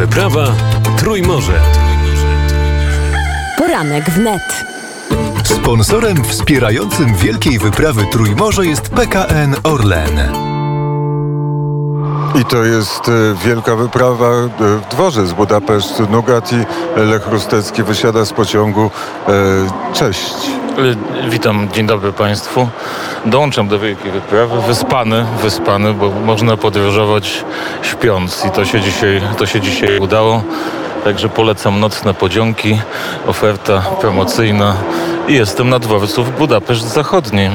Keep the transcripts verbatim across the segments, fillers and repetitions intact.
wyprawa Trójmorze. Poranek wnet. Sponsorem wspierającym Wielkiej Wyprawy Trójmorze jest P K N Orlen. I to jest wielka wyprawa w dworzec Budapeszt. Nugati. Lech Rustecki wysiada z pociągu. Cześć. Witam, dzień dobry Państwu. Dołączam do wielkiej wyprawy. Wyspany, wyspany, bo można podróżować śpiąc i to się dzisiaj, to się dzisiaj udało. Także polecam nocne podziąki, oferta promocyjna i jestem na dworcu w Budapeszt Zachodniej.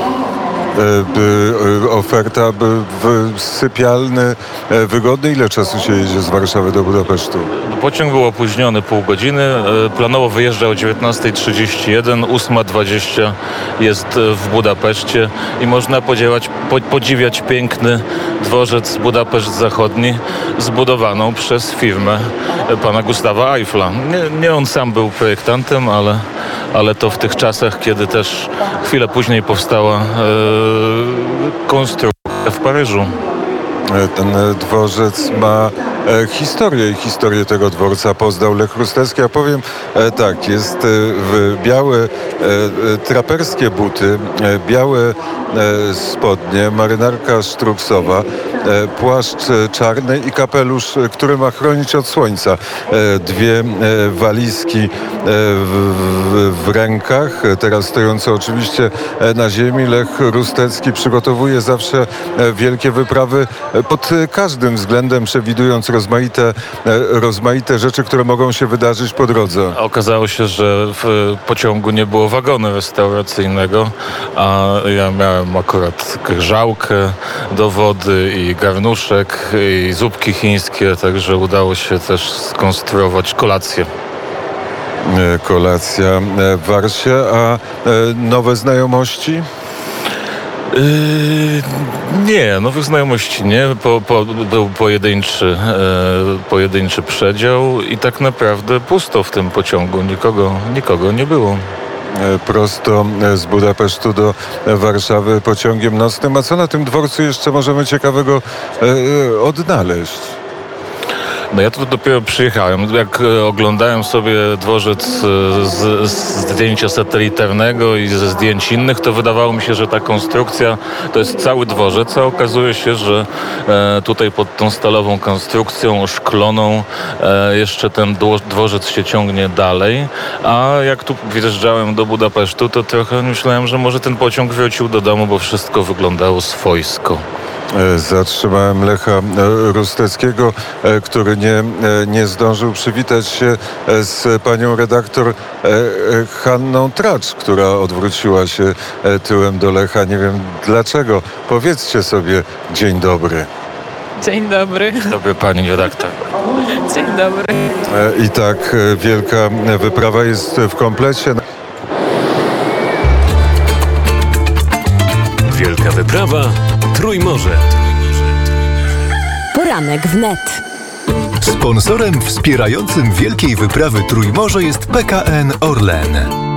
Oferta sypialny, wygodny. Ile czasu się jedzie z Warszawy do Budapesztu? Pociąg był opóźniony pół godziny. Planowo wyjeżdżał o dziewiętnasta trzydzieści jeden, ósma dwadzieścia jest w Budapeszcie i można podziwiać, po, podziwiać piękny dworzec Budapeszt Zachodni zbudowaną przez firmę pana Gustawa Eiffla. Nie, nie on sam był projektantem, ale, ale to w tych czasach, kiedy też chwilę później powstała e, konstrukcja w Paryżu. Ten dworzec ma e, historię i historię tego dworca poznał Lech Rustecki. Ja powiem e, tak, jest e, w białe e, traperskie buty, e, białe e, spodnie, marynarka sztruksowa, e, płaszcz czarny i kapelusz, który ma chronić od słońca. E, dwie e, walizki e, w, w, w rękach, teraz stojące oczywiście na ziemi. Lech Rustecki przygotowuje zawsze e, wielkie wyprawy pod każdym względem, przewidując rozmaite, rozmaite rzeczy, które mogą się wydarzyć po drodze. Okazało się, że w pociągu nie było wagonu restauracyjnego, a ja miałem akurat grzałkę do wody i garnuszek i zupki chińskie, także udało się też skonstruować kolację. Kolacja w Warsie, a nowe znajomości? Yy, nie, nowych znajomości nie. Po, po, był pojedynczy, e, pojedynczy przedział i tak naprawdę pusto w tym pociągu. Nikogo, nikogo nie było. Prosto z Budapesztu do Warszawy pociągiem nocnym. A co na tym dworcu jeszcze możemy ciekawego e, odnaleźć? No ja tu dopiero przyjechałem. Jak oglądałem sobie dworzec z, z zdjęcia satelitarnego i ze zdjęć innych, to wydawało mi się, że ta konstrukcja to jest cały dworzec, a okazuje się, że e, tutaj pod tą stalową konstrukcją szkloną e, jeszcze ten dworzec się ciągnie dalej. A jak tu wjeżdżałem do Budapesztu, to trochę myślałem, że może ten pociąg wrócił do domu, bo wszystko wyglądało swojsko. Zatrzymałem Lecha Rusteckiego, który nie, nie zdążył przywitać się z panią redaktor Hanną Tracz, która odwróciła się tyłem do Lecha. Nie wiem dlaczego. Powiedzcie sobie dzień dobry. Dzień dobry. Dzień dobry pani redaktor. Dzień dobry. I tak wielka wyprawa jest w komplecie. Wielka wyprawa Trójmorze. Poranek wnet. Sponsorem wspierającym Wielkiej Wyprawy Trójmorze jest P K N Orlen.